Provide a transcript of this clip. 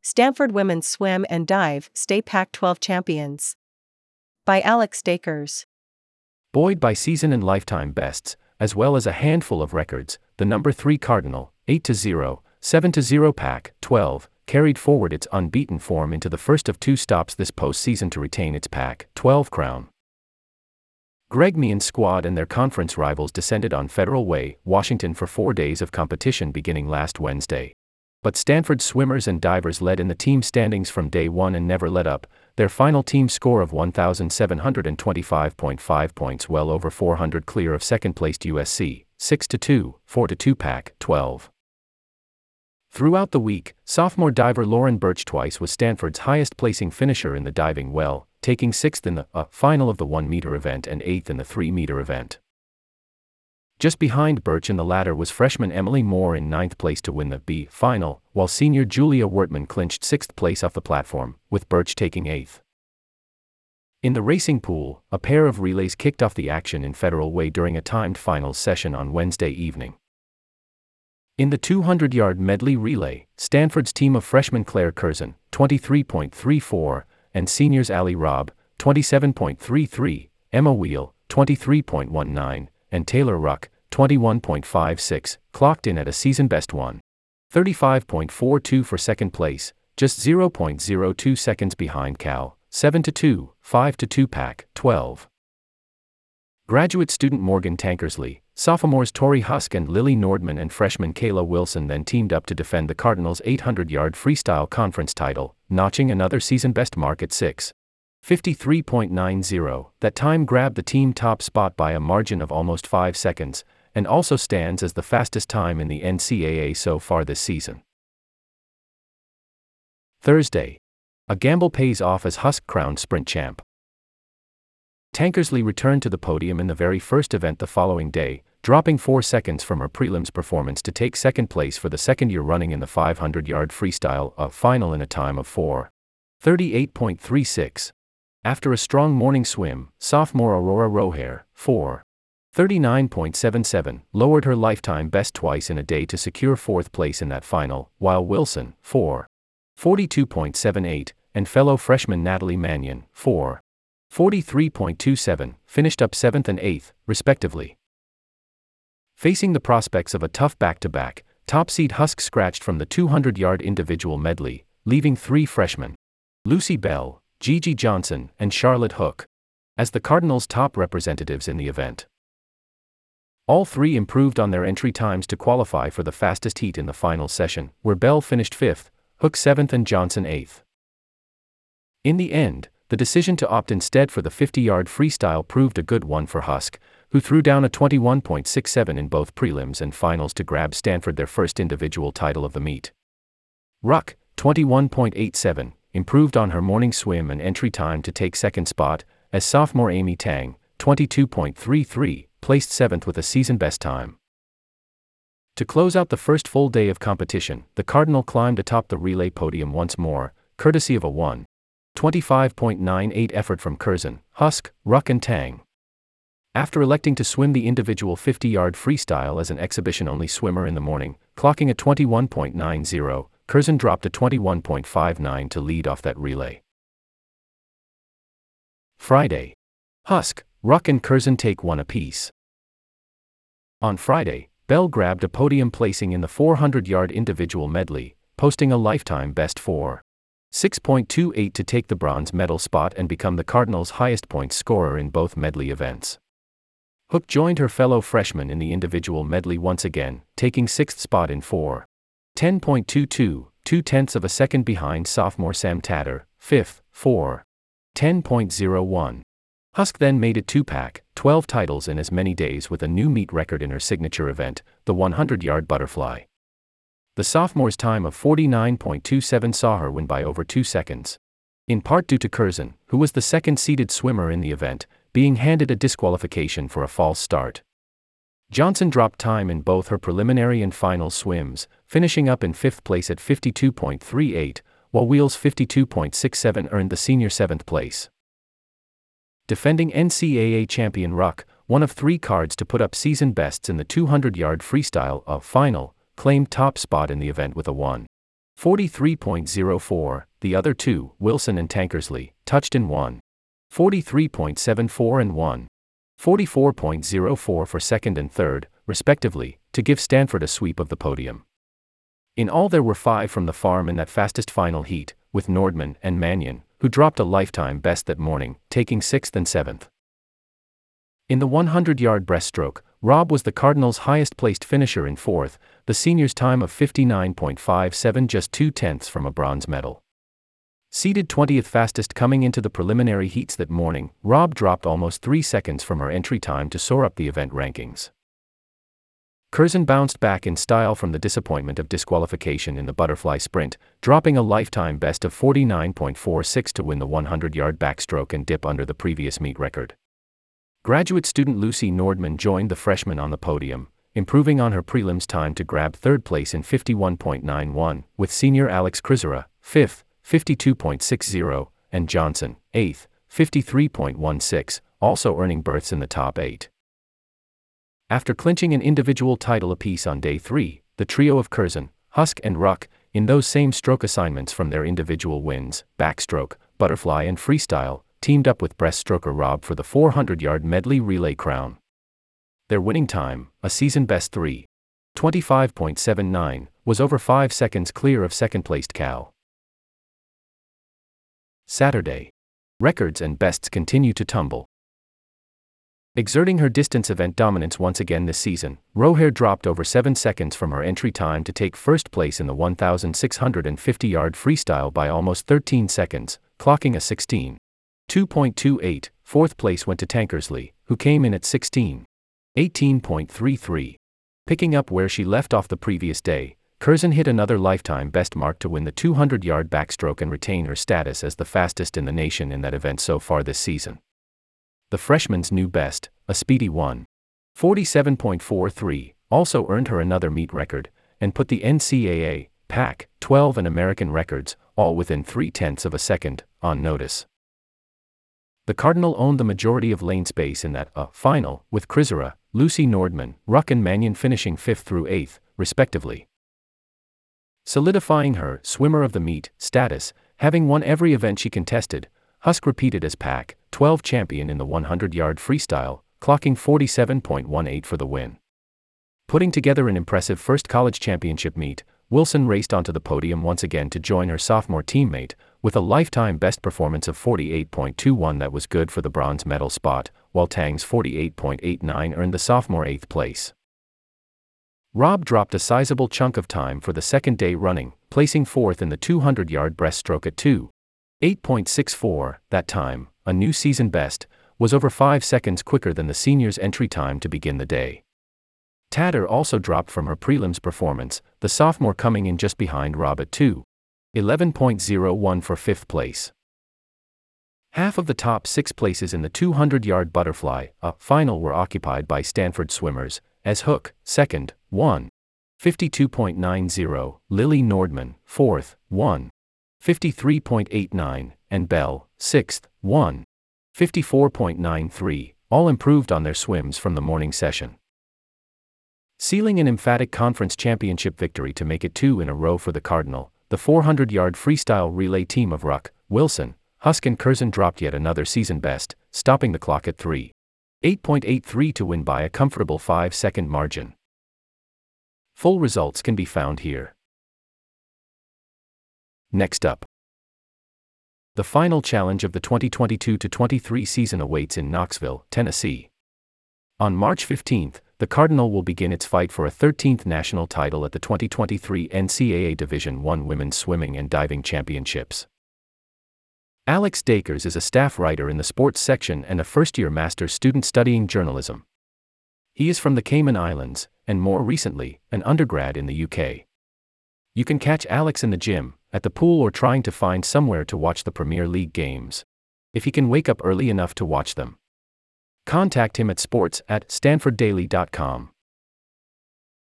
Stanford Women's Swim and Dive stay Pac-12 champions. By Alex Dakers. Buoyed by season and lifetime bests, as well as a handful of records, the number 3 Cardinal, 8-0, 7-0 Pac-12, carried forward its unbeaten form into the first of 2 stops this postseason to retain its Pac-12 crown. Greg Meehan's squad and their conference rivals descended on Federal Way, Washington for 4 days of competition beginning last Wednesday. But Stanford's swimmers and divers led in the team standings from day one and never let up, their final team score of 1,725.5 points well over 400 clear of second-placed USC, 6-2, 4-2 Pac-12. Throughout the week, sophomore diver Lauren Birch twice was Stanford's highest-placing finisher in the diving well, taking 6th in the final of the 1-meter event and 8th in the 3-meter event. Just behind Birch in the ladder was freshman Emily Moore in 9th place to win the B final, while senior Julia Wertman clinched 6th place off the platform, with Birch taking 8th. In the racing pool, a pair of relays kicked off the action in Federal Way during a timed finals session on Wednesday evening. In the 200-yard medley relay, Stanford's team of freshmen Claire Curzon, 23.34, and seniors Allie Robb, 27.33, Emma Wheel, 23.19, and Taylor Ruck, 21.56, clocked in at a season-best 1:35.42 for second place, just 0.02 seconds behind Cal, 7-2, 5-2 Pac-12. Graduate student Morgan Tankersley, sophomores Tori Husk and Lily Nordman and freshman Kayla Wilson then teamed up to defend the Cardinals' 800-yard freestyle conference title, notching another season-best mark at 6:53.90. That time grabbed the team top spot by a margin of almost 5 seconds, and also stands as the fastest time in the NCAA so far this season. Thursday. A gamble pays off as Husk crowned sprint champ. Tankersley returned to the podium in the very first event the following day, dropping 4 seconds from her prelims performance to take second place for the second year running in the 500-yard freestyle final in a time of 4:38.36. After a strong morning swim, sophomore Aurora Rohair, 4:39.77, lowered her lifetime best twice in a day to secure 4th place in that final, while Wilson, 4:42.78, and fellow freshman Natalie Mannion, 4:43.27, finished up 7th and 8th, respectively. Facing the prospects of a tough back-to-back, top seed Husk scratched from the 200-yard individual medley, leaving 3 freshmen, Lucy Bell, Gigi Johnson, and Charlotte Hook, as the Cardinals' top representatives in the event. All 3 improved on their entry times to qualify for the fastest heat in the final session, where Bell finished 5th, Hook 7th and Johnson 8th. In the end, the decision to opt instead for the 50-yard freestyle proved a good one for Husk, who threw down a 21.67 in both prelims and finals to grab Stanford their first individual title of the meet. Ruck, 21.87, improved on her morning swim and entry time to take second spot, as sophomore Amy Tang, 22.33, placed 7th with a season-best time. To close out the first full day of competition, the Cardinal climbed atop the relay podium once more, courtesy of a 1:25.98 effort from Curzon, Husk, Ruck and Tang. After electing to swim the individual 50-yard freestyle as an exhibition-only swimmer in the morning, clocking at 21.90, Curzon dropped a 21.59 to lead off that relay. Friday. Husk, Ruck and Curzon take 1 apiece. On Friday, Bell grabbed a podium placing in the 400-yard individual medley, posting a lifetime best 4:6.28 to take the bronze medal spot and become the Cardinals' highest point scorer in both medley events. Hook joined her fellow freshman in the individual medley once again, taking 6th spot in 4:10.22, 0.2 of a second behind sophomore Sam Tatter, 5th, 4:10.01. Husk then made it 2 Pac-12 titles in as many days with a new meet record in her signature event, the 100-yard butterfly. The sophomore's time of 49.27 saw her win by over 2 seconds. In part due to Curzon, who was the second-seeded swimmer in the event, being handed a disqualification for a false start. Johnson dropped time in both her preliminary and final swims, finishing up in 5th place at 52.38, while Wheel's 52.67 earned the senior 7th place. Defending NCAA champion Ruck, one of 3 cards to put up season bests in the 200-yard freestyle final, claimed top spot in the event with a 43.04, the other two, Wilson and Tankersley, touched in 1:43.74 and 1:44.04 for second and third, respectively, to give Stanford a sweep of the podium. In all there were 5 from the farm in that fastest final heat, with Nordman and Mannion, who dropped a lifetime best that morning, taking 6th and 7th. In the 100-yard breaststroke, Rob was the Cardinals' highest-placed finisher in 4th, the senior's time of 59.57, just 0.2 from a bronze medal. Seeded 20th fastest coming into the preliminary heats that morning, Rob dropped almost 3 seconds from her entry time to soar up the event rankings. Curzon bounced back in style from the disappointment of disqualification in the butterfly sprint, dropping a lifetime best of 49.46 to win the 100-yard backstroke and dip under the previous meet record. Graduate student Lucy Nordman joined the freshman on the podium, improving on her prelims time to grab third place in 51.91, with senior Alex Krizera, 5th, 52.60, and Johnson, 8th, 53.16, also earning berths in the top 8. After clinching an individual title apiece on day 3, the trio of Curzon, Husk and Ruck, in those same stroke assignments from their individual wins, backstroke, butterfly and freestyle, teamed up with breaststroker Rob for the 400-yard medley relay crown. Their winning time, a season-best 3:25.79, was over 5 seconds clear of second-placed Cal. Saturday. Records and bests continue to tumble. Exerting her distance event dominance once again this season, Rohair dropped over 7 seconds from her entry time to take first place in the 1,650-yard freestyle by almost 13 seconds, clocking a 16:2.28. Fourth place went to Tankersley, who came in at 16:18.33. Picking up where she left off the previous day, Curzon hit another lifetime best mark to win the 200-yard backstroke and retain her status as the fastest in the nation in that event so far this season. The freshman's new best, a speedy 1:47.43, also earned her another meet record, and put the NCAA, Pac-12 and American records, all within 0.3 of a second, on notice. The Cardinal owned the majority of lane space in that final, with Krizera, Lucy Nordman, Ruck and Mannion finishing 5th through 8th, respectively. Solidifying her swimmer of the meet status, having won every event she contested, Husk repeated as Pac-12 champion in the 100-yard freestyle, clocking 47.18 for the win. Putting together an impressive first college championship meet, Wilson raced onto the podium once again to join her sophomore teammate, with a lifetime best performance of 48.21 that was good for the bronze medal spot, while Tang's 48.89 earned the sophomore 8th place. Rob dropped a sizable chunk of time for the second day running, placing 4th in the 200-yard breaststroke at 2:08.64. That time, a new season best, was over 5 seconds quicker than the senior's entry time to begin the day. Tatter also dropped from her prelims performance, the sophomore coming in just behind Rob at 2:11.01 for 5th place. Half of the top 6 places in the 200-yard butterfly final were occupied by Stanford swimmers, as Hook, 2nd, 1:52.90, Lily Nordman, 4th, 1:53.89, and Bell, 6th, 1:54.93, all improved on their swims from the morning session. Sealing an emphatic conference championship victory to make it 2 in a row for the Cardinal, the 400-yard freestyle relay team of Ruck, Wilson, Husk and Curzon dropped yet another season best, stopping the clock at 3:08.83 to win by a comfortable 5-second margin. Full results can be found here. Next up. The final challenge of the 2022-23 season awaits in Knoxville, Tennessee. On March 15th, the Cardinal will begin its fight for a 13th national title at the 2023 NCAA Division I Women's Swimming and Diving Championships. Alex Dakers is a staff writer in the sports section and a first-year master's student studying journalism. He is from the Cayman Islands, and more recently, an undergrad in the UK. You can catch Alex in the gym, at the pool or trying to find somewhere to watch the Premier League games. If he can wake up early enough to watch them. Contact him at sports@stanforddaily.com.